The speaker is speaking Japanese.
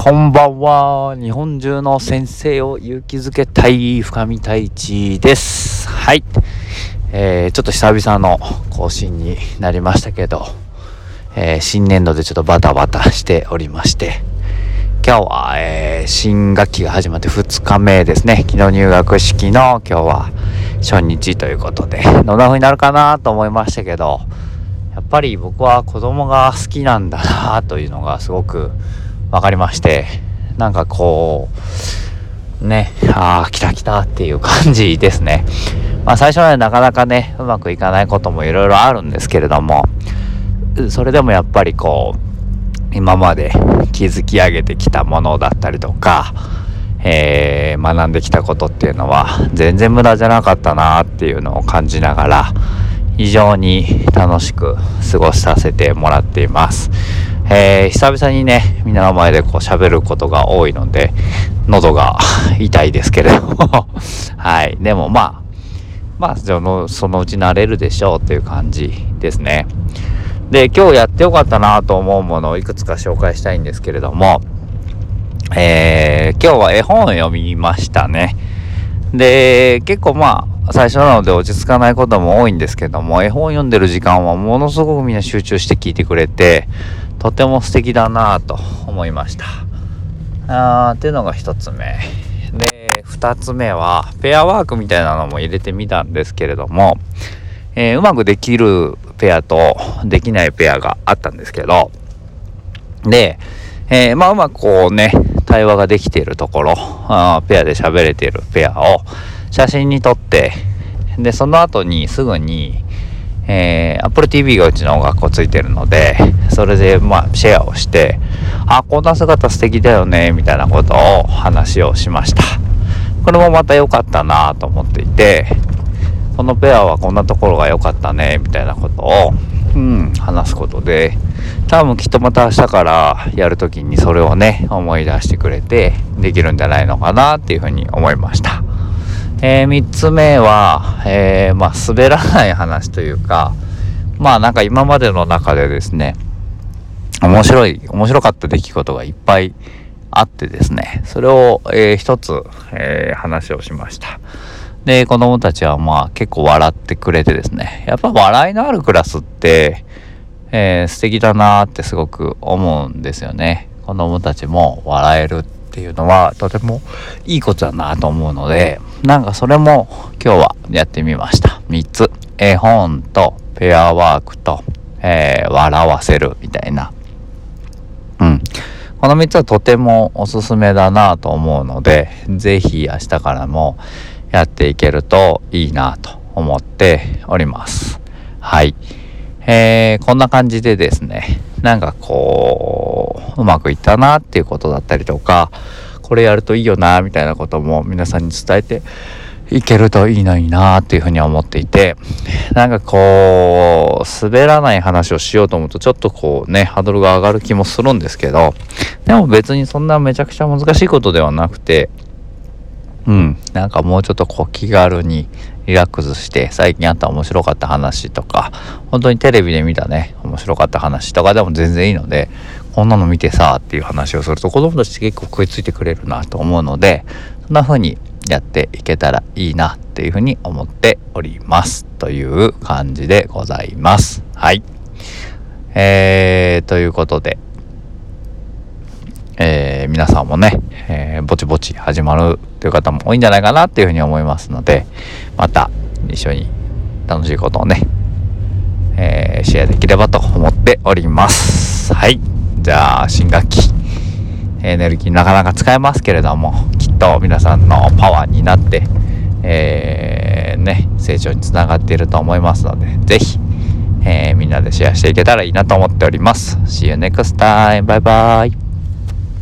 こんばんは。日本中の先生を勇気づけたい深見太一です。はい、ちょっと久々の更新になりましたけど、新年度でちょっとバタバタしておりまして、今日は、新学期が始まって2日目ですね。昨日入学式の今日は初日ということで、どんな風になるかなと思いましたけど、やっぱり僕は子供が好きなんだなというのがすごく分かりまして、なんかこうね、来たっていう感じですね。最初はね、なかなかねうまくいかないこともいろいろあるんですけれども、それでもやっぱりこう今まで築き上げてきたものだったりとか、学んできたことっていうのは全然無駄じゃなかったなっていうのを感じながら、非常に楽しく過ごさせてもらっています。久々にねみんなの前でこう喋ることが多いので喉が痛いですけれどもはい、でもそのうち慣れるでしょうという感じですね。で、今日やってよかったなと思うものをいくつか紹介したいんですけれども、今日は絵本を読みましたね。で、結構最初なので落ち着かないことも多いんですけども、絵本を読んでる時間はものすごくみんな集中して聞いてくれて、とても素敵だなと思いました。っていうのが一つ目で、二つ目はペアワークみたいなのも入れてみたんですけれども、うまくできるペアとできないペアがあったんですけど、で、うまくこうね対話ができているところ、ペアで喋れているペアを写真に撮って、でその後にすぐに、Apple TV がうちの学校ついてるので、それでシェアをして、こんな姿素敵だよねみたいなことを話をしました。これもまた良かったなと思っていて、このペアはこんなところが良かったねみたいなことを、話すことで、多分きっとまた明日からやるときにそれをね思い出してくれてできるんじゃないのかなっていうふうに思いました。3つ目は、滑らない話というか、なんか今までの中でですね、面白かった出来事がいっぱいあってですね、それを、一つ、話をしました。で、子供たちは結構笑ってくれてですね、やっぱ笑いのあるクラスって、素敵だなってすごく思うんですよね。子供たちも笑えるっていうのはとてもいいことだなと思うので、なんかそれも今日はやってみました。3つ、絵本とペアワークと、笑わせるみたいな、この3つはとてもおすすめだなと思うので、ぜひ明日からもやっていけるといいなと思っております。はい、こんな感じでですね、なんかこううまくいったなっていうことだったりとか、これやるといいよなみたいなことも皆さんに伝えていけるといいのになっていうふうに思っていて、なんかこう滑らない話をしようと思うとちょっとこうねハードルが上がる気もするんですけど、でも別にそんなめちゃくちゃ難しいことではなくて、なんかもうちょっとこう気軽にリラックスして、最近あった面白かった話とか、本当にテレビで見たね面白かった話とかでも全然いいので、こんなの見てさっていう話をすると子供たち結構食いついてくれるなと思うので、そんな風にやっていけたらいいなっていう風に思っておりますという感じでございます。はい、ということで、皆さんもね、ぼちぼち始まるという方も多いんじゃないかなっていうふうに思いますので、また一緒に楽しいことをね、シェアできればと思っております。はい、じゃあ新学期エネルギーなかなか使えますけれども、きっと皆さんのパワーになって、成長につながっていると思いますので、ぜひ、みんなでシェアしていけたらいいなと思っております。See you next time. バイバイ。